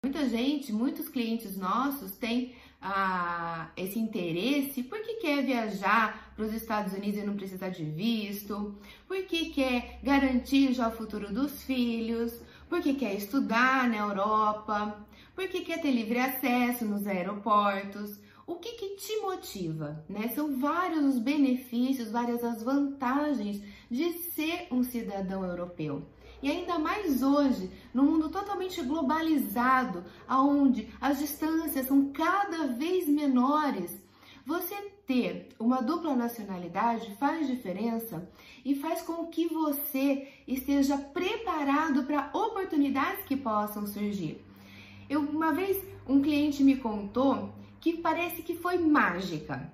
Muita gente, muitos clientes nossos têm esse interesse porque quer viajar para os Estados Unidos e não precisar de visto, porque quer garantir já o futuro dos filhos, porque quer estudar na Europa, porque quer ter livre acesso nos aeroportos. O que te motiva, né? São vários os benefícios, várias as vantagens de ser um cidadão europeu. E ainda mais hoje, num mundo totalmente globalizado, onde as distâncias são cada vez menores, você ter uma dupla nacionalidade faz diferença e faz com que você esteja preparado para oportunidades que possam surgir. Uma vez um cliente me contou que parece que foi mágica.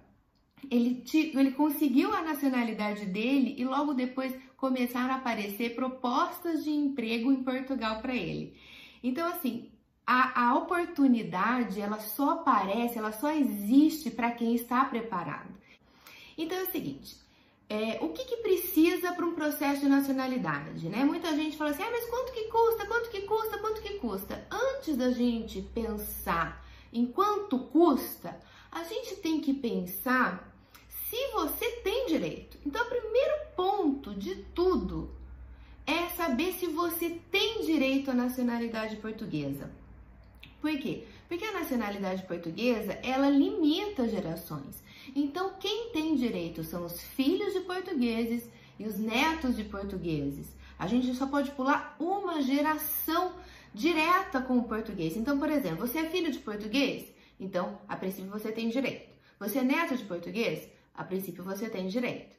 Ele conseguiu a nacionalidade dele e logo depois começaram a aparecer propostas de emprego em Portugal para ele. Então, assim, a oportunidade, ela só aparece, ela só existe para quem está preparado. Então, é o seguinte, o que precisa para um processo de nacionalidade, né? Muita gente fala assim, mas quanto que custa, quanto que custa, quanto que custa? Antes da gente pensar em quanto custa, a gente tem que pensar se você tem direito. Então, o primeiro ponto de tudo é saber se você tem direito à nacionalidade portuguesa. Por quê? Porque a nacionalidade portuguesa, ela limita gerações. Então, quem tem direito são os filhos de portugueses e os netos de portugueses. A gente só pode pular uma geração direta com o português. Então, por exemplo, você é filho de português? Então, a princípio, você tem direito. Você é neto de português? A princípio, você tem direito.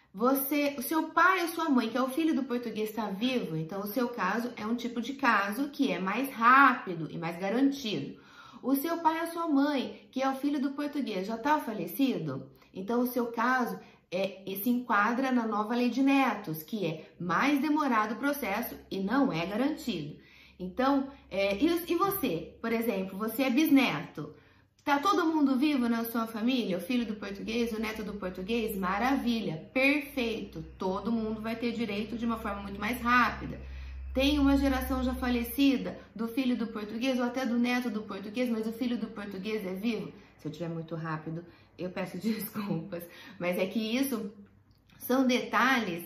O seu pai ou sua mãe, que é o filho do português, está vivo? Então, o seu caso é um tipo de caso que é mais rápido e mais garantido. O seu pai ou sua mãe, que é o filho do português, já está falecido? Então, o seu caso se enquadra na nova lei de netos, que é mais demorado o processo e não é garantido. Então, e você, por exemplo, você é bisneto? Tá todo mundo vivo na sua família? O filho do português, o neto do português? Maravilha, perfeito. Todo mundo vai ter direito de uma forma muito mais rápida. Tem uma geração já falecida do filho do português ou até do neto do português, mas o filho do português é vivo? Se eu estiver muito rápido, eu peço desculpas. Mas é que isso são detalhes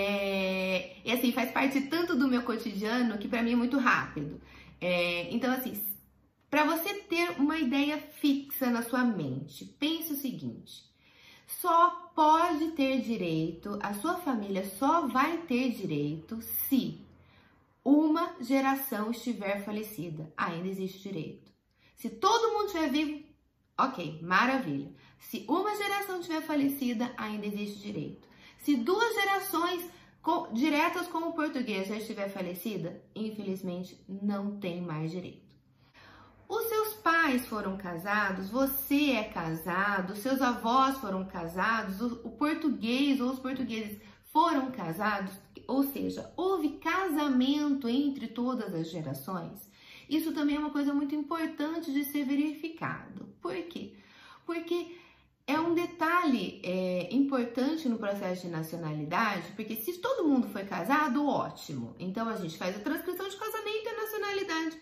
e assim, faz parte tanto do meu cotidiano que para mim é muito rápido. Então, assim, para você ter uma ideia fixa na sua mente, pense o seguinte: só pode ter direito, a sua família só vai ter direito se uma geração estiver falecida. Ainda existe direito. Se todo mundo estiver vivo, ok, maravilha. Se uma geração estiver falecida, ainda existe direito. Se duas gerações diretas com o português já estiver falecida, infelizmente não tem mais direito. Os seus pais foram casados, você é casado, seus avós foram casados, o português ou os portugueses foram casados, ou seja, houve casamento entre todas as gerações. Isso também é uma coisa muito importante de ser verificado. Por quê? Porque é um detalhe importante no processo de nacionalidade, porque se todo mundo foi casado, ótimo. Então, a gente faz a transcrição de casamento e a nacionalidade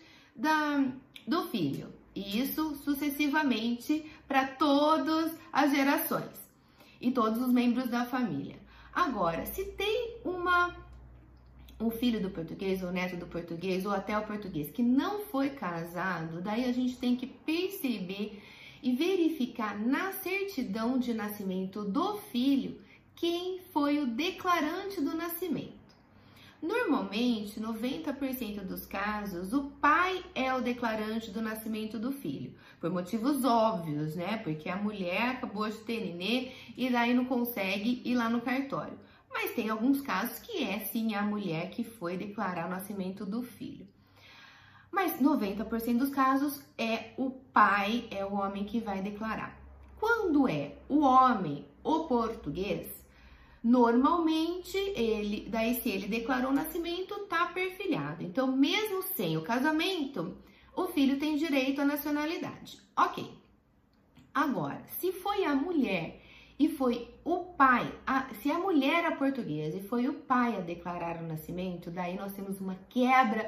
do filho. E isso sucessivamente para todas as gerações e todos os membros da família. Agora, se tem um filho do português, ou neto do português, ou até o português que não foi casado, daí a gente tem que perceber e verificar na certidão de nascimento do filho quem foi o declarante do nascimento. Normalmente, 90% dos casos, o pai é o declarante do nascimento do filho, por motivos óbvios, né? Porque a mulher acabou de ter nenê e daí não consegue ir lá no cartório. Mas tem alguns casos que é sim a mulher que foi declarar o nascimento do filho. Mas 90% dos casos é o pai, é o homem que vai declarar. Quando é o homem, o português, normalmente, se ele declarou o nascimento, tá perfilhado. Então, mesmo sem o casamento, o filho tem direito à nacionalidade. Ok. Agora, se foi a mulher e foi o pai, se a mulher é portuguesa e foi o pai a declarar o nascimento, daí nós temos uma quebra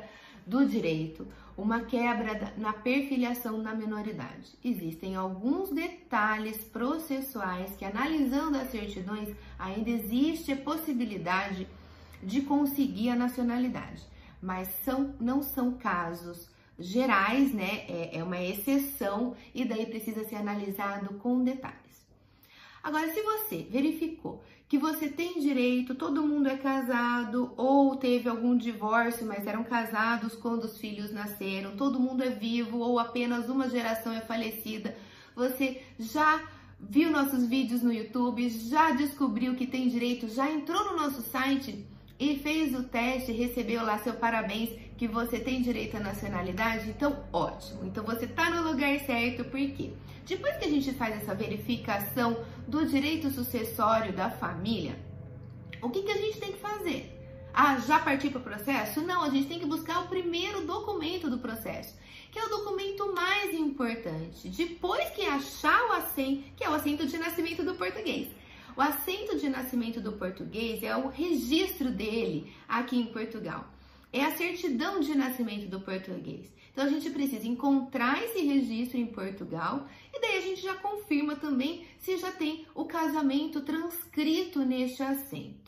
do direito, uma quebra na perfiliação na minoridade. Existem alguns detalhes processuais que, analisando as certidões, ainda existe a possibilidade de conseguir a nacionalidade, mas não são casos gerais, né? É uma exceção e daí precisa ser analisado com detalhes. Agora, se você verificou que você tem direito, todo mundo é casado ou teve algum divórcio, mas eram casados quando os filhos nasceram, todo mundo é vivo ou apenas uma geração é falecida, você já viu nossos vídeos no YouTube, já descobriu que tem direito, já entrou no nosso site e fez o teste, recebeu lá seu parabéns, que você tem direito à nacionalidade, então ótimo. Então você tá no lugar certo, por quê? Depois que a gente faz essa verificação do direito sucessório da família, o que a gente tem que fazer? Ah, já partir para o processo? Não, a gente tem que buscar o primeiro documento do processo, que é o documento mais importante, depois que achar o assento, que é o assento de nascimento do português. O assento de nascimento do português é o registro dele aqui em Portugal. É a certidão de nascimento do português. Então, a gente precisa encontrar esse registro em Portugal e daí a gente já confirma também se já tem o casamento transcrito neste assento.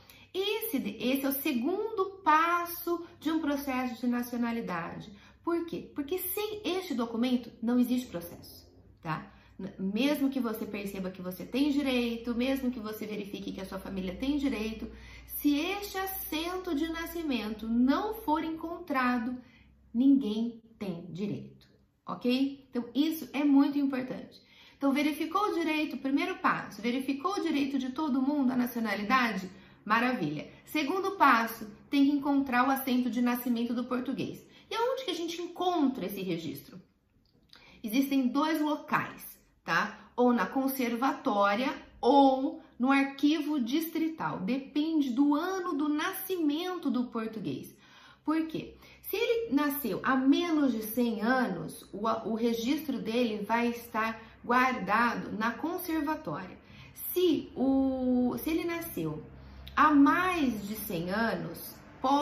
Esse é o segundo passo de um processo de nacionalidade. Por quê? Porque sem este documento não existe processo, tá? Mesmo que você perceba que você tem direito, mesmo que você verifique que a sua família tem direito, se este assento de nascimento não for encontrado, ninguém tem direito, ok? Então, isso é muito importante. Então, verificou o direito, primeiro passo, verificou o direito de todo mundo, a nacionalidade? Maravilha. Segundo passo, tem que encontrar o assento de nascimento do português. E aonde que a gente encontra esse registro? Existem dois locais, tá? Ou na conservatória ou no arquivo distrital. Depende do ano do nascimento do português. Por quê? Se ele nasceu há menos de 100 anos, o registro dele vai estar guardado na conservatória. Se ele nasceu há mais de 100 anos,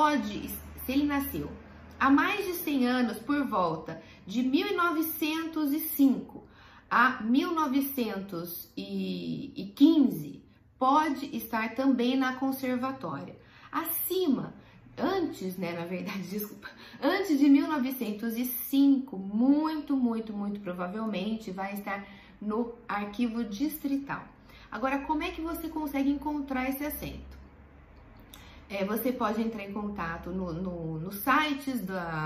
se ele nasceu há mais de 100 anos, por volta de 1905 a 1915, pode estar também na conservatória. Acima, antes de 1905, muito provavelmente vai estar no arquivo distrital. Agora, como é que você consegue encontrar esse assento? Você pode entrar em contato nos sites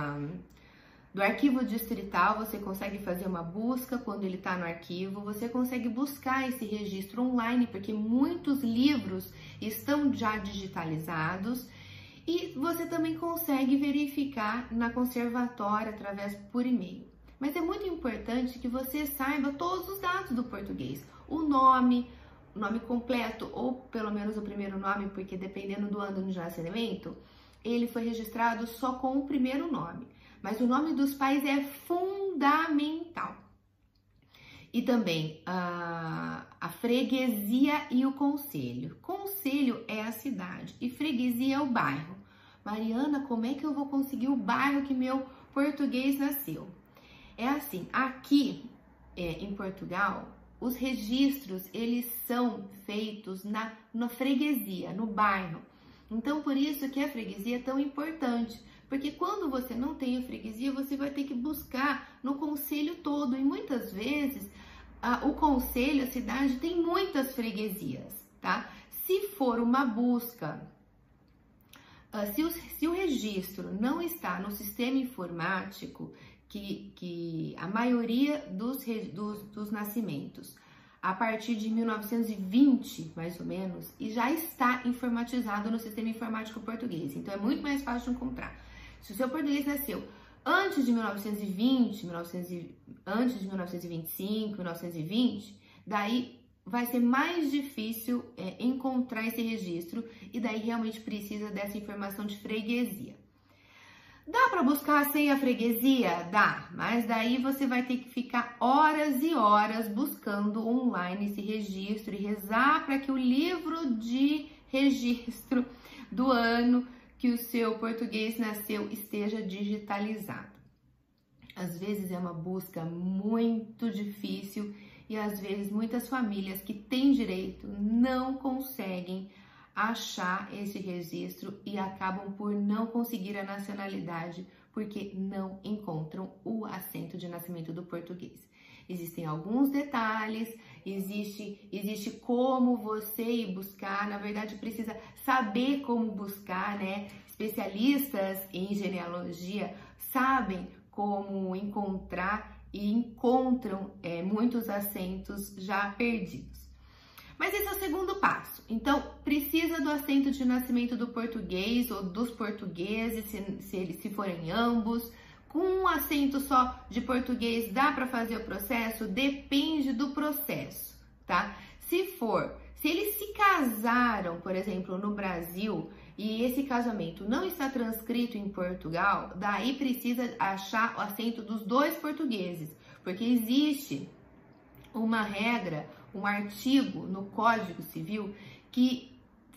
do arquivo distrital, você consegue fazer uma busca quando ele está no arquivo, você consegue buscar esse registro online, porque muitos livros estão já digitalizados, e você também consegue verificar na conservatória através por e-mail. Mas é muito importante que você saiba todos os dados do português, o nome completo, ou pelo menos o primeiro nome, porque dependendo do ano de nascimento, ele foi registrado só com o primeiro nome. Mas o nome dos pais é fundamental. E também a freguesia e o concelho. Concelho é a cidade e freguesia é o bairro. Mariana, como é que eu vou conseguir o bairro que meu português nasceu? É assim, aqui em Portugal, os registros, eles são feitos na freguesia, no bairro. Então, por isso que a freguesia é tão importante, porque quando você não tem a freguesia, você vai ter que buscar no concelho todo, e muitas vezes o concelho, a cidade, tem muitas freguesias, tá? Se for uma busca, se o registro não está no sistema informático, que a maioria dos nascimentos a partir de 1920, mais ou menos, e já está informatizado no sistema informático português. Então, é muito mais fácil de encontrar. Se o seu português nasceu antes de 1920, antes de 1925, 1920, daí vai ser mais difícil encontrar esse registro e daí realmente precisa dessa informação de freguesia. Dá para buscar sem a freguesia? Dá, mas daí você vai ter que ficar horas e horas buscando online esse registro e rezar para que o livro de registro do ano que o seu português nasceu esteja digitalizado. Às vezes é uma busca muito difícil e às vezes muitas famílias que têm direito não conseguem achar esse registro e acabam por não conseguir a nacionalidade porque não encontram o assento de nascimento do português. Existem alguns detalhes, existe como você ir buscar, na verdade precisa saber como buscar, né? Especialistas em genealogia sabem como encontrar e encontram muitos assentos já perdidos. Mas esse é o segundo passo. Então, precisa do assento de nascimento do português ou dos portugueses, se forem ambos. Com um assento só de português dá para fazer o processo? Depende do processo, tá? Se eles se casaram, por exemplo, no Brasil, e esse casamento não está transcrito em Portugal, daí precisa achar o assento dos dois portugueses, porque existe uma regra, um artigo no Código Civil que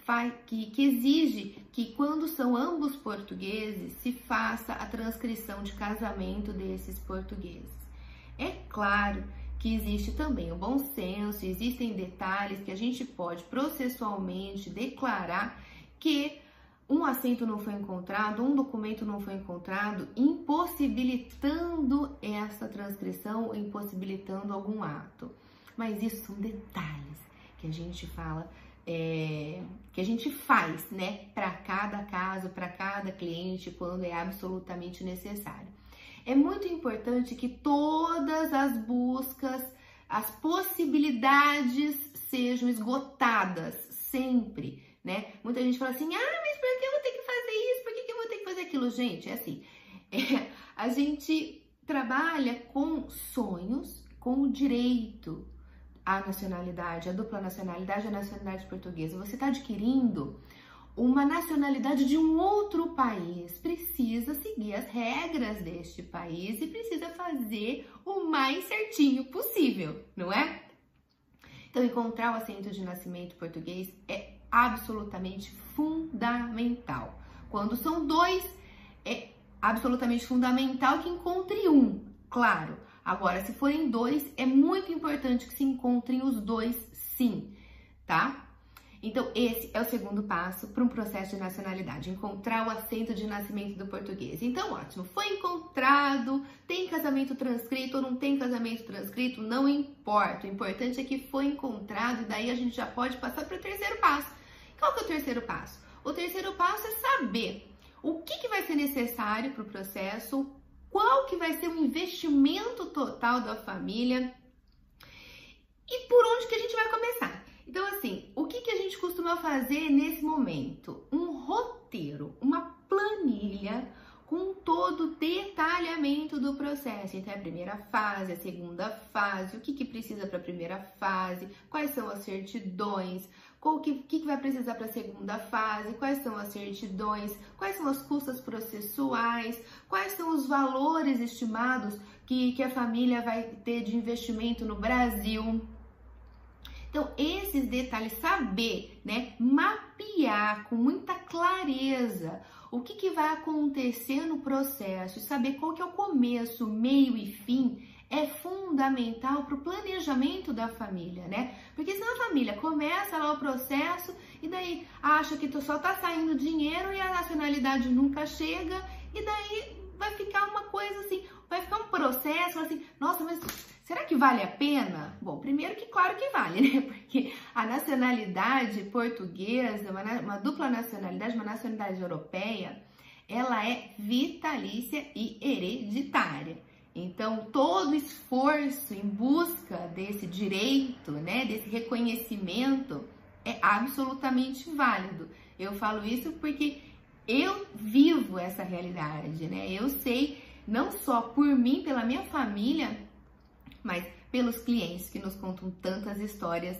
exige que quando são ambos portugueses se faça a transcrição de casamento desses portugueses. É claro que existe também o bom senso, existem detalhes que a gente pode processualmente declarar que um assento não foi encontrado, um documento não foi encontrado, impossibilitando essa transcrição, impossibilitando algum ato. Mas isso são detalhes que a gente fala, que a gente faz, né, para cada caso, para cada cliente, quando é absolutamente necessário. É muito importante que todas as buscas, as possibilidades sejam esgotadas sempre, né? Muita gente fala assim, mas por que eu vou ter que fazer isso? Por que eu vou ter que fazer aquilo? Gente, é assim, a gente trabalha com sonhos, com o direito à nacionalidade, a dupla nacionalidade, a nacionalidade portuguesa. Você está adquirindo uma nacionalidade de um outro país, precisa seguir as regras deste país e precisa fazer o mais certinho possível, não é? Então, encontrar o assento de nascimento português é absolutamente fundamental. Quando são dois, é absolutamente fundamental que encontre um, claro. Agora, se forem dois, é muito importante que se encontrem os dois, sim, tá? Então, esse é o segundo passo para um processo de nacionalidade, encontrar o assento de nascimento do português. Então, ótimo, foi encontrado, tem casamento transcrito ou não tem casamento transcrito, não importa. O importante é que foi encontrado e daí a gente já pode passar para o terceiro passo. Qual que é o terceiro passo? O terceiro passo é saber o que vai ser necessário para o processo, qual que vai ser o investimento total da família e por onde que a gente vai começar. Então, assim, o que a gente costuma fazer nesse momento? Um roteiro, uma planilha com todo o detalhamento do processo. Então, é a primeira fase, a segunda fase, o que precisa para a primeira fase, quais são as certidões, o que vai precisar para a segunda fase, quais são as certidões, quais são as custas processuais, quais são os valores estimados que a família vai ter de investimento no Brasil. Então, esses detalhes, saber, né, mapear com muita clareza o que vai acontecer no processo, saber qual que é o começo, meio e fim, é fundamental para o planejamento da família, né? Porque senão a família começa lá o processo e daí acha que só tá saindo dinheiro e a nacionalidade nunca chega e daí vai ficar uma coisa assim, vai ficar um processo assim, nossa, mas será que vale a pena? Bom, primeiro que claro que vale, né? Porque a nacionalidade portuguesa, uma dupla nacionalidade, uma nacionalidade europeia, ela é vitalícia e hereditária. Então, todo esforço em busca desse direito, né, desse reconhecimento é absolutamente válido. Eu falo isso porque eu vivo essa realidade, né? Eu sei, não só por mim, pela minha família, mas pelos clientes que nos contam tantas histórias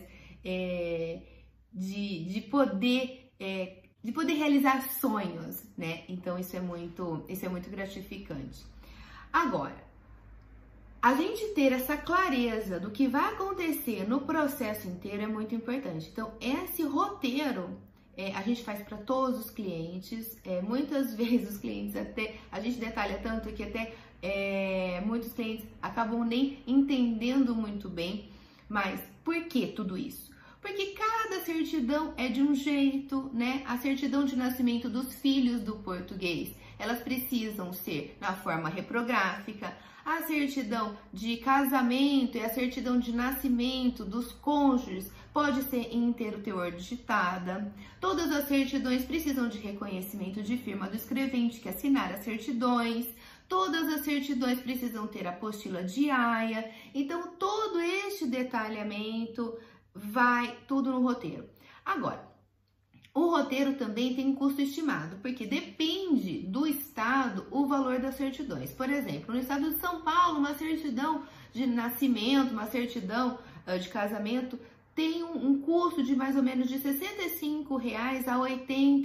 de poder realizar sonhos, né? Então isso é muito gratificante. Agora, a gente ter essa clareza do que vai acontecer no processo inteiro é muito importante. Então, esse roteiro a gente faz para todos os clientes. Muitas vezes os clientes até, a gente detalha tanto que até muitos clientes acabam nem entendendo muito bem. Mas por que tudo isso? Porque cada certidão é de um jeito, né? A certidão de nascimento dos filhos do português, elas precisam ser na forma reprográfica. A certidão de casamento e a certidão de nascimento dos cônjuges pode ser em inteiro teor digitada. Todas as certidões precisam de reconhecimento de firma do escrevente que assinar as certidões. Todas as certidões precisam ter apostila diária. Então, todo este detalhamento vai tudo no roteiro. Agora, o roteiro também tem um custo estimado, porque depende do estado o valor das certidões. Por exemplo, no estado de São Paulo, uma certidão de nascimento, uma certidão de casamento tem um custo de mais ou menos de R$ 65,00 a R$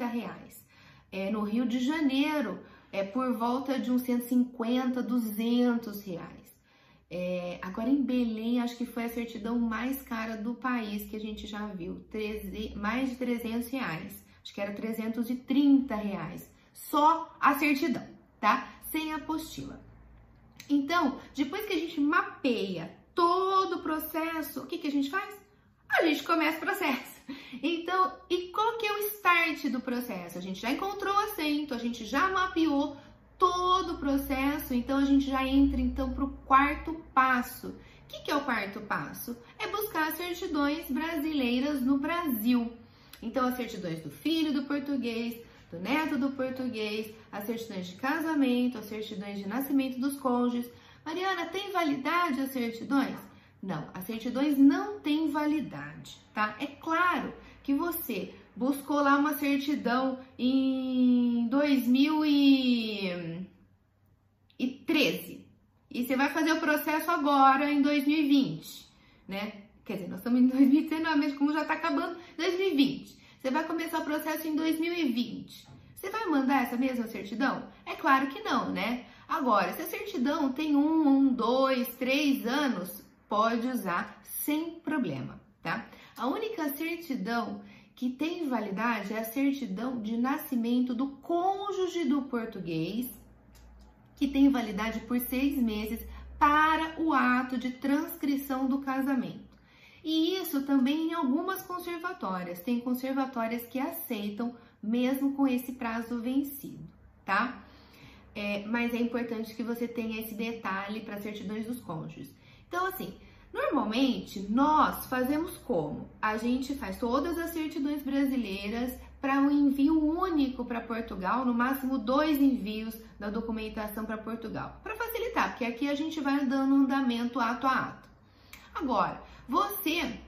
80,00. No Rio de Janeiro, por volta de uns 150, R$ 200,00. Agora em Belém, acho que foi a certidão mais cara do país que a gente já viu, mais de R$ 300,00, acho que era R$ 330,00, só a certidão, tá? Sem apostila. Então, depois que a gente mapeia todo o processo, o que a gente faz? A gente começa o processo. Então, e qual que é o start do processo? A gente já encontrou o assento, a gente já mapeou todo o processo, então a gente já entra então para o quarto passo. O que é o quarto passo? É buscar as certidões brasileiras no Brasil. Então, as certidões do filho do português, do neto do português, as certidões de casamento, as certidões de nascimento dos cônjuges. Mariana, tem validade as certidões? Não, as certidões não têm validade, tá? É claro que você buscou lá uma certidão em 2013 e você vai fazer o processo agora em 2020, né? Quer dizer, nós estamos em 2019, mas como já está acabando, 2020. Você vai começar o processo em 2020. Você vai mandar essa mesma certidão? É claro que não, né? Agora, se a certidão tem 2, 3 anos, pode usar sem problema, tá? A única certidão que tem validade é a certidão de nascimento do cônjuge do português, que tem validade por 6 meses para o ato de transcrição do casamento. E isso também em algumas conservatórias. Tem conservatórias que aceitam mesmo com esse prazo vencido, tá? Mas é importante que você tenha esse detalhe para certidões dos cônjuges. Então, assim, normalmente nós fazemos como? A gente faz todas as certidões brasileiras para um envio único para Portugal, no máximo 2 envios da documentação para Portugal, para facilitar, porque aqui a gente vai dando um andamento ato a ato. Agora, você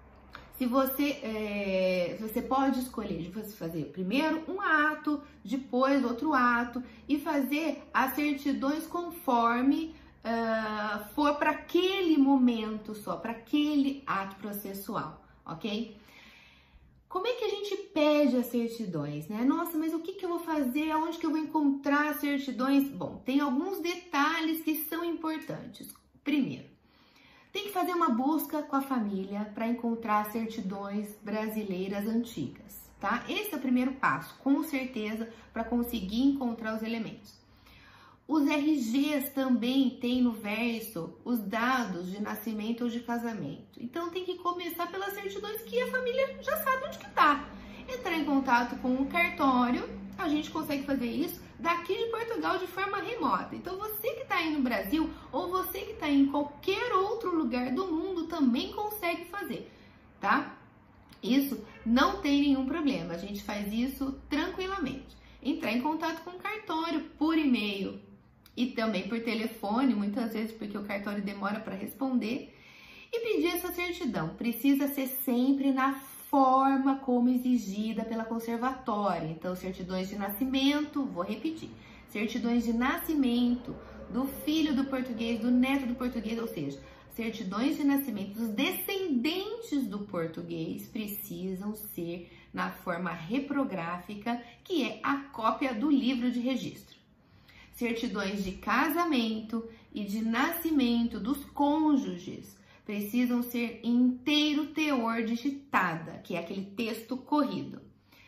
pode escolher de você fazer primeiro um ato, depois outro ato e fazer as certidões conforme for para aquele momento só, para aquele ato processual, ok? Como é que a gente pede as certidões, né? Nossa, mas o que eu vou fazer? Aonde que eu vou encontrar as certidões? Bom, tem alguns detalhes que são importantes. Primeiro, tem que fazer uma busca com a família para encontrar certidões brasileiras antigas, tá? Esse é o primeiro passo, com certeza, para conseguir encontrar os elementos. Os RGs também tem no verso os dados de nascimento ou de casamento. Então tem que começar pelas certidões que a família já sabe onde que tá. Entrar em contato com o cartório, a gente consegue fazer isso daqui de Portugal de forma remota. Então você que está aí no Brasil ou você que está em qualquer outro lugar do mundo também consegue fazer, tá? Isso não tem nenhum problema, a gente faz isso tranquilamente. Entrar em contato com o cartório por e-mail e também por telefone, muitas vezes porque o cartório demora para responder, e pedir essa certidão. Precisa ser sempre na forma como exigida pela conservatória. Então, certidões de nascimento, vou repetir, certidões de nascimento do filho do português, do neto do português, ou seja, certidões de nascimento dos descendentes do português precisam ser na forma reprográfica, que é a cópia do livro de registro. Certidões de casamento e de nascimento dos cônjuges precisam ser em inteiro teor digitada, que é aquele texto corrido.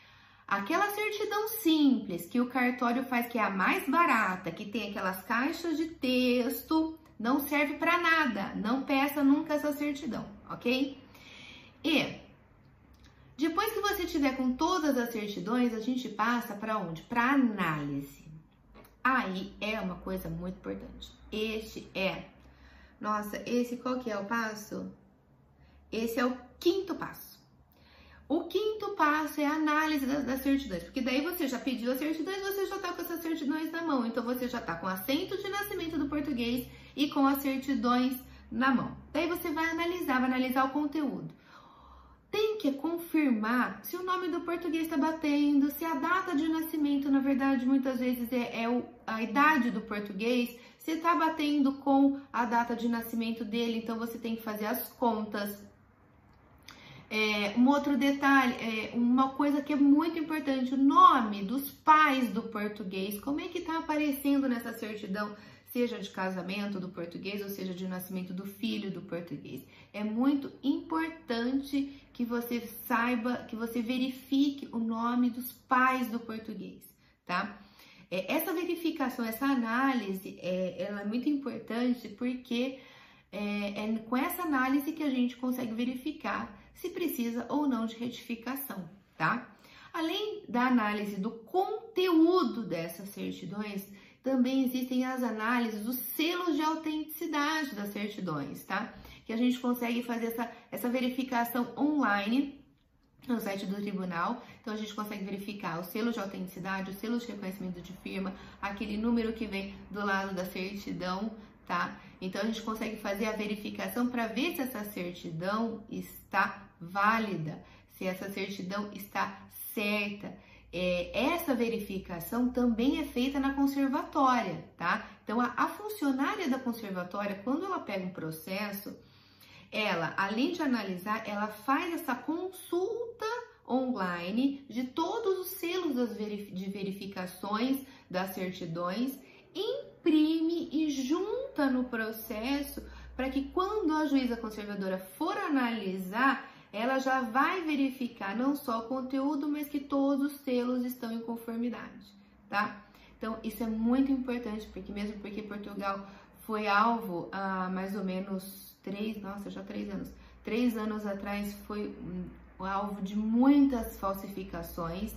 Aquela certidão simples que o cartório faz, que é a mais barata, que tem aquelas caixas de texto, não serve para nada. Não peça nunca essa certidão, ok? E depois que você tiver com todas as certidões, a gente passa para onde? Para análise. Aí é uma coisa muito importante. Esse qual que é o passo? Esse é o quinto passo. O quinto passo é a análise das certidões, porque daí você já pediu as certidões, você já está com essas certidões na mão, então você já está com o assento de nascimento do português e com as certidões na mão. Daí você vai analisar o conteúdo. Tem que confirmar se o nome do português está batendo, se a data de nascimento, na verdade, muitas vezes a idade do português, se está batendo com a data de nascimento dele, então você tem que fazer as contas. Um outro detalhe, uma coisa que é muito importante, o nome dos pais do português, como é que está aparecendo nessa certidão, seja de casamento do português ou seja de nascimento do filho do português. É muito importante que você saiba, que você verifique o nome dos pais do português, tá? Essa verificação, essa análise, ela é muito importante porque é com essa análise que a gente consegue verificar se precisa ou não de retificação, tá? Além da análise do conteúdo dessas certidões, também existem as análises dos selos de autenticidade das certidões, tá? Que a gente consegue fazer essa verificação online no site do tribunal. Então, a gente consegue verificar o selo de autenticidade, o selo de reconhecimento de firma, aquele número que vem do lado da certidão, tá? Então, a gente consegue fazer a verificação para ver se essa certidão está válida, se essa certidão está certa. Essa verificação também é feita na conservatória, tá? Então, a funcionária da conservatória, quando ela pega um processo, ela, além de analisar, ela faz essa consulta online de todos os selos de verificações das certidões, imprime e junta no processo para que quando a juíza conservadora for analisar, ela já vai verificar não só o conteúdo, mas que todos os selos estão em conformidade, tá? Então, isso é muito importante, porque Portugal foi alvo há mais ou menos 3 anos. 3 anos atrás foi alvo de muitas falsificações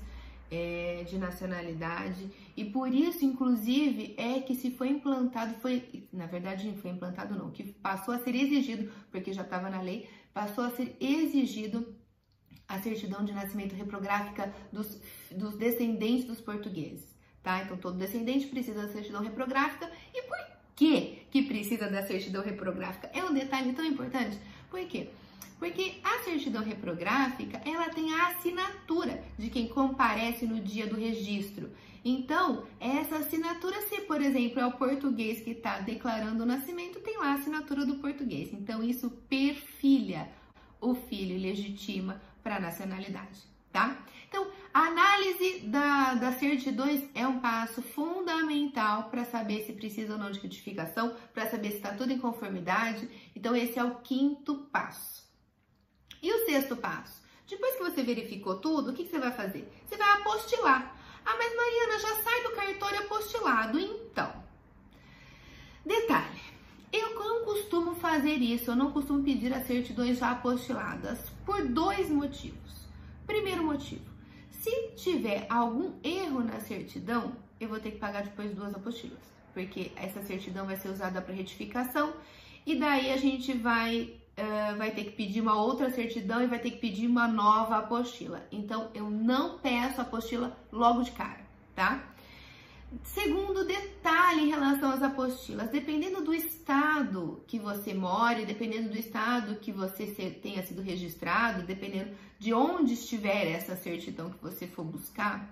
de nacionalidade, e por isso, inclusive, que se foi implantado, na verdade não foi implantado não, que passou a ser exigido, porque já estava na lei, passou a ser exigido a certidão de nascimento reprográfica dos descendentes dos portugueses, tá? Então, todo descendente precisa da certidão reprográfica. E por que precisa da certidão reprográfica? É um detalhe tão importante. Por quê? Porque a certidão reprográfica, ela tem a assinatura de quem comparece no dia do registro. Então, essa assinatura, se, por exemplo, é o português que está declarando o nascimento, tem lá a assinatura do português. Então, isso perfilha o filho e legitima para a nacionalidade, tá? Então, a análise das certidões é um passo fundamental para saber se precisa ou não de retificação, para saber se está tudo em conformidade. Então, esse é o quinto passo. E o sexto passo? Depois que você verificou tudo, o que você vai fazer? Você vai apostilar. Ah, mas Mariana, já sai do cartório apostilado. Então, detalhe, eu não costumo fazer isso, eu não costumo pedir as certidões já apostiladas por 2 motivos. Primeiro motivo, se tiver algum erro na certidão, eu vou ter que pagar depois 2 apostilas, porque essa certidão vai ser usada para retificação, e daí a gente vai ter que pedir uma outra certidão e vai ter que pedir uma nova apostila. Então, eu não peço apostila logo de cara, tá? Segundo detalhe em relação às apostilas, dependendo do estado que você mora, dependendo do estado que você tenha sido registrado, dependendo de onde estiver essa certidão que você for buscar,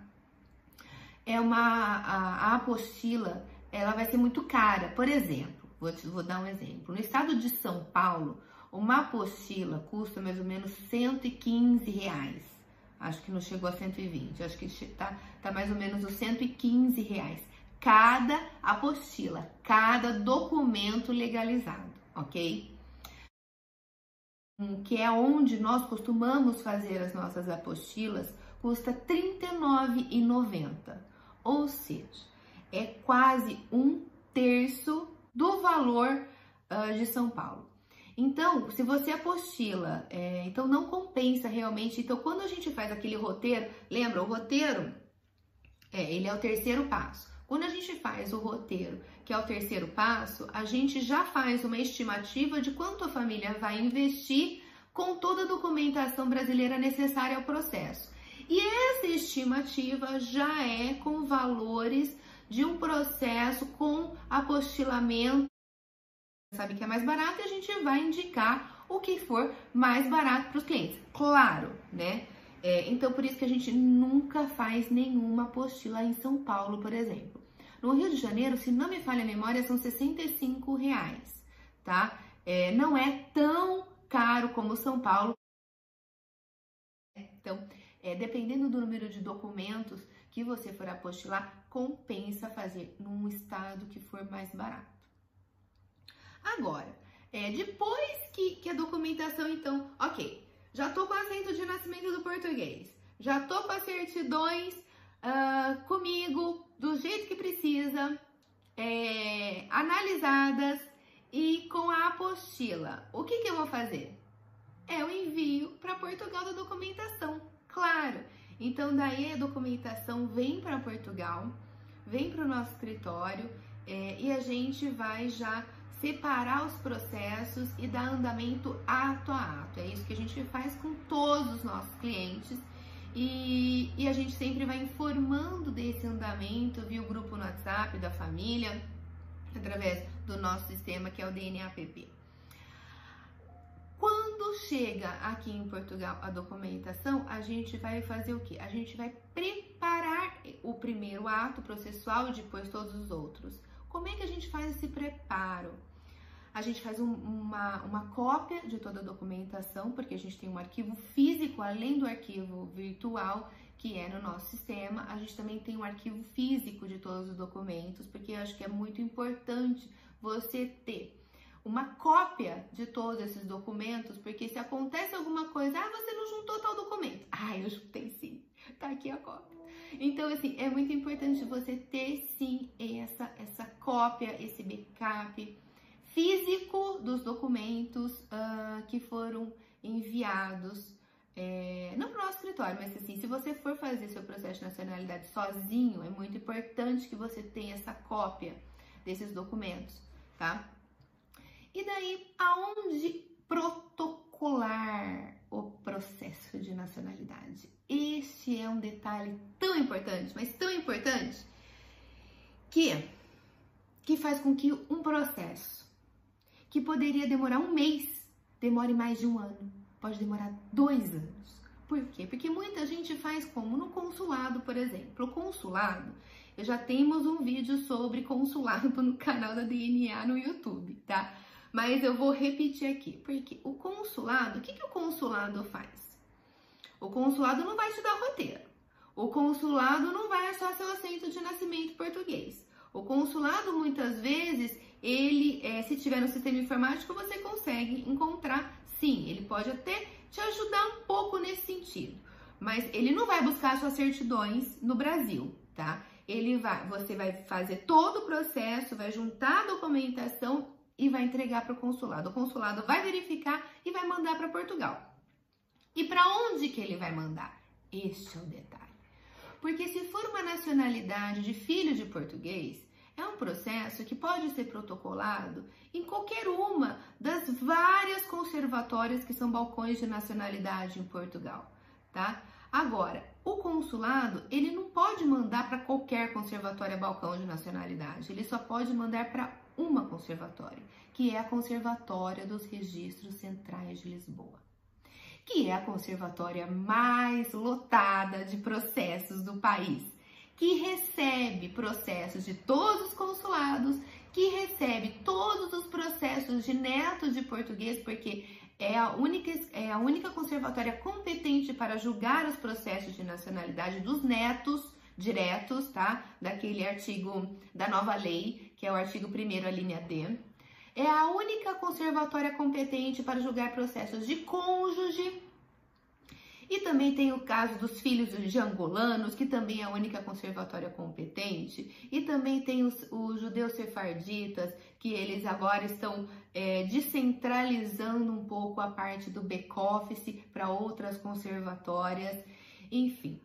a apostila, ela vai ser muito cara. Por exemplo, vou dar um exemplo. No estado de São Paulo, uma apostila custa mais ou menos R$115. Acho que não chegou a 120, acho que tá mais ou menos os R$115. Cada apostila, cada documento legalizado, ok? Que é onde nós costumamos fazer as nossas apostilas custa R$ 39,90, ou seja, é quase 1/3 do valor de São Paulo. Então, se você apostila, então não compensa realmente. Então, quando a gente faz aquele roteiro, lembra, o roteiro, ele é o terceiro passo. Quando a gente faz o roteiro, que é o terceiro passo, a gente já faz uma estimativa de quanto a família vai investir com toda a documentação brasileira necessária ao processo. E essa estimativa já é com valores de um processo com apostilamento. Sabe que é mais barato e a gente vai indicar o que for mais barato para os clientes. Claro, né? Então, por isso que a gente nunca faz nenhuma apostila em São Paulo, por exemplo. No Rio de Janeiro, se não me falha a memória, são R$ 65, tá? Não é tão caro como São Paulo. Então, dependendo do número de documentos que você for apostilar, compensa fazer num estado que for mais barato. Agora, depois que a documentação, então, ok, já tô com o assento de nascimento do português, já tô com as certidões comigo, do jeito que precisa, analisadas e com a apostila. O que eu vou fazer? O envio para Portugal da documentação, claro. Então, daí a documentação vem para Portugal, vem para o nosso escritório e a gente vai já separar os processos e dar andamento ato a ato. É isso que a gente faz com todos os nossos clientes e a gente sempre vai informando desse andamento via o grupo no WhatsApp da família, através do nosso sistema que é o DNA-PP. Quando chega aqui em Portugal a documentação, a gente vai fazer o quê? A gente vai preparar o primeiro ato processual e depois todos os outros. Como é que a gente faz esse preparo? A gente faz uma cópia de toda a documentação, porque a gente tem um arquivo físico, além do arquivo virtual, que é no nosso sistema. A gente também tem um arquivo físico de todos os documentos, porque eu acho que é muito importante você ter uma cópia de todos esses documentos, porque se acontece alguma coisa, você não juntou tal documento. Eu juntei sim, tá aqui a cópia. Então, assim, é muito importante você ter sim essa cópia, esse backup físico dos documentos que foram enviados, não para o nosso escritório, mas assim, se você for fazer seu processo de nacionalidade sozinho, é muito importante que você tenha essa cópia desses documentos, tá? E daí, aonde protocolar o processo de nacionalidade? Este é um detalhe tão importante, mas tão importante, que faz com que um processo que poderia demorar um mês, demore mais de um ano, pode demorar 2 anos. Por quê? Porque muita gente faz como no consulado, por exemplo. O consulado, já temos um vídeo sobre consulado no canal da DNA no YouTube, tá? Mas eu vou repetir aqui, porque o consulado, o que o consulado faz? O consulado não vai te dar roteiro. O consulado não vai achar seu assento de nascimento português. O consulado, muitas vezes, ele, se tiver no sistema informático, você consegue encontrar, sim, ele pode até te ajudar um pouco nesse sentido, mas ele não vai buscar suas certidões no Brasil, tá? Você vai fazer todo o processo, vai juntar a documentação e vai entregar para o consulado. O consulado vai verificar e vai mandar para Portugal. E para onde que ele vai mandar? Este é o detalhe. Porque se for uma nacionalidade de filho de português, é um processo que pode ser protocolado em qualquer uma das várias conservatórias que são balcões de nacionalidade em Portugal, tá? Agora, o consulado, ele não pode mandar para qualquer conservatória balcão de nacionalidade, ele só pode mandar para uma conservatória, que é a Conservatória dos Registros Centrais de Lisboa, que é a conservatória mais lotada de processos do país, que recebe processos de todos os consulados, que recebe todos os processos de netos de português, porque é a única conservatória competente para julgar os processos de nacionalidade dos netos diretos, tá? Daquele artigo da nova lei, que é o artigo 1º, a linha D. É a única conservatória competente para julgar processos de cônjuge. E também tem o caso dos filhos de angolanos, que também é a única conservatória competente. E também tem os judeus sefarditas, que eles agora estão descentralizando um pouco a parte do back-office para outras conservatórias. Enfim,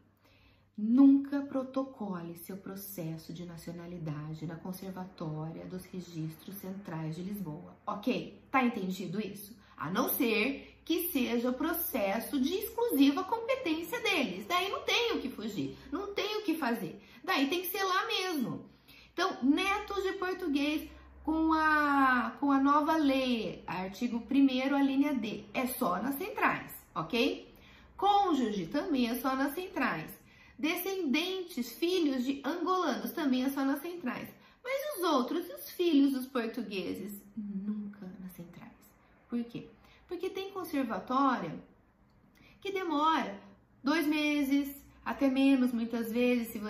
nunca protocole seu processo de nacionalidade na Conservatória dos Registros Centrais de Lisboa, ok? Tá entendido isso? A não ser que seja o processo de exclusiva competência deles. Daí não tem o que fugir, não tem o que fazer. Daí tem que ser lá mesmo. Então, netos de português com a nova lei, artigo 1º, a linha D, é só nas centrais, ok? Cônjuge também é só nas centrais. Descendentes, filhos de angolanos, também é só nas centrais. Mas os outros, os filhos dos portugueses, nunca nas centrais. Por quê? Porque tem conservatória que demora 2 meses, até menos muitas vezes. Se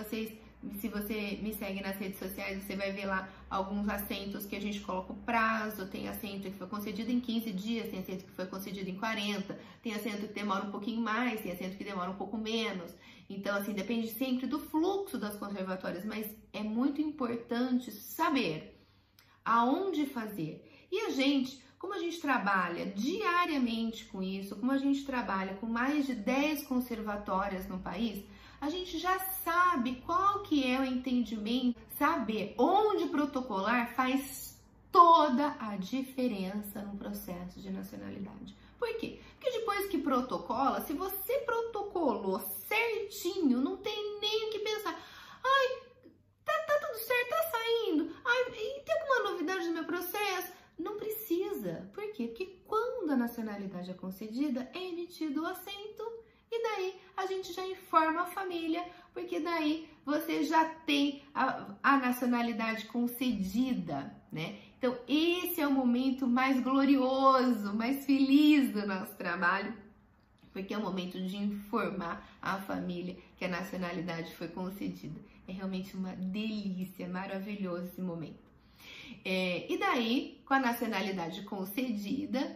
você me segue nas redes sociais, você vai ver lá alguns assentos que a gente coloca o prazo. Tem assento que foi concedido em 15 dias, tem assento que foi concedido em 40, tem assento que demora um pouquinho mais, tem assento que demora um pouco menos. Então, assim, depende sempre do fluxo das conservatórias, mas é muito importante saber aonde fazer. E a gente, como a gente trabalha diariamente com isso, como a gente trabalha com mais de 10 conservatórias no país, a gente já sabe qual que é o entendimento. Saber onde protocolar faz toda a diferença no processo de nacionalidade. Por quê? Porque depois que protocola, se você protocolou certinho, não tem nem o que pensar. Ai, tá tudo certo, tá saindo. Ai, e tem alguma novidade no meu processo? Não precisa. Por quê? Porque quando a nacionalidade é concedida, é emitido o assento e daí a gente já informa a família, porque daí você já tem a nacionalidade concedida, né? Então, esse é o momento mais glorioso, mais feliz do nosso trabalho, porque é o momento de informar a família que a nacionalidade foi concedida. É realmente uma delícia, maravilhoso esse momento. E daí, com a nacionalidade concedida,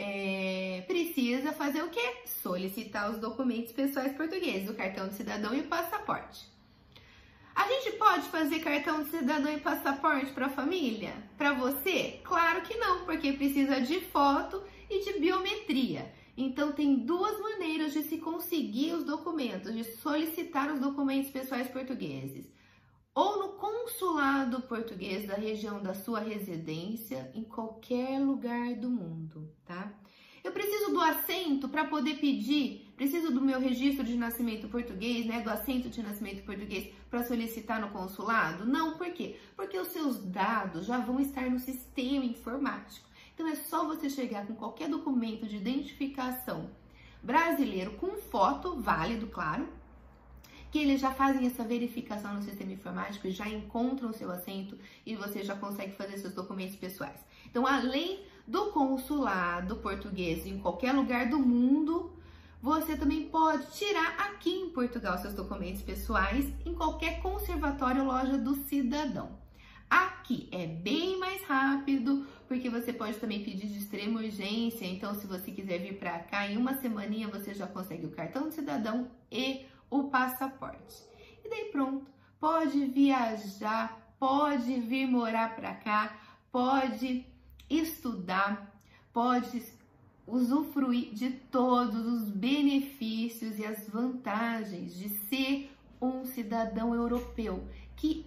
precisa fazer o quê? Solicitar os documentos pessoais portugueses, o cartão de cidadão e o passaporte. A gente pode fazer cartão de cidadão e passaporte para a família? Para você? Claro que não, porque precisa de foto e de biometria. Então, tem 2 maneiras de se conseguir os documentos, de solicitar os documentos pessoais portugueses. Ou no consulado português da região da sua residência, em qualquer lugar do mundo, tá? Eu preciso do assento para poder pedir, preciso do meu registro de nascimento português, né, do assento de nascimento português para solicitar no consulado? Não, por quê? Porque os seus dados já vão estar no sistema informático. Então é só você chegar com qualquer documento de identificação brasileiro com foto, válido, claro, que eles já fazem essa verificação no sistema informático e já encontram o seu assento e você já consegue fazer seus documentos pessoais. Então, além do consulado português em qualquer lugar do mundo, você também pode tirar aqui em Portugal seus documentos pessoais em qualquer conservatório ou loja do cidadão. Aqui é bem mais rápido, porque você pode também pedir de extrema urgência. Então, se você quiser vir para cá, em uma semaninha você já consegue o cartão de cidadão e o passaporte. E daí pronto, pode viajar, pode vir morar para cá, pode estudar, pode usufruir de todos os benefícios e as vantagens de ser um cidadão europeu, que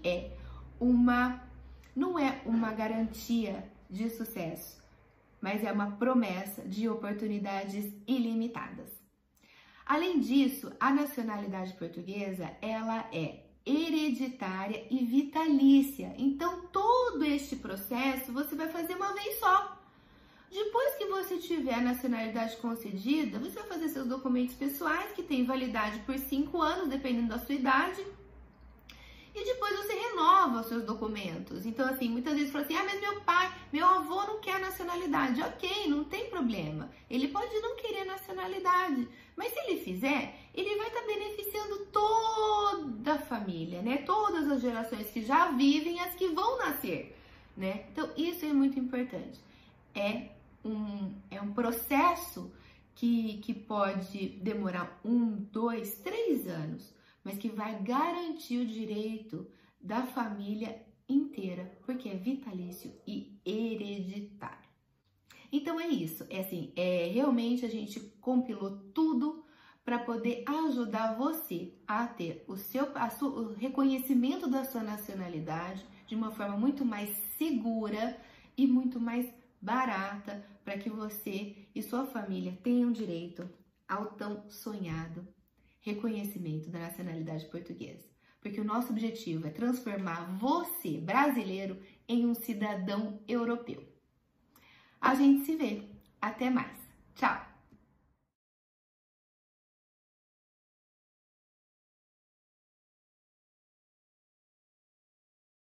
não é uma garantia de sucesso, mas é uma promessa de oportunidades ilimitadas. Além disso, a nacionalidade portuguesa, ela é hereditária e vitalícia. Então, todo este processo você vai fazer uma vez só. Depois que você tiver a nacionalidade concedida, você vai fazer seus documentos pessoais, que têm validade por 5 anos, dependendo da sua idade. E depois você renova os seus documentos. Então, assim, muitas vezes fala assim, mas meu avô não quer a nacionalidade. Ok, não tem problema. Ele pode não querer a nacionalidade. Mas se ele fizer, ele vai estar beneficiando toda a família, né? Todas as gerações que já vivem, as que vão nascer, né? Então, isso é muito importante. É um processo que pode demorar 1, 2, 3 anos, mas que vai garantir o direito da família inteira, porque é vitalício e hereditário. Então é isso, realmente a gente compilou tudo para poder ajudar você a ter o reconhecimento da sua nacionalidade de uma forma muito mais segura e muito mais barata, para que você e sua família tenham direito ao tão sonhado reconhecimento da nacionalidade portuguesa. Porque o nosso objetivo é transformar você, brasileiro, em um cidadão europeu. A gente se vê. Até mais. Tchau!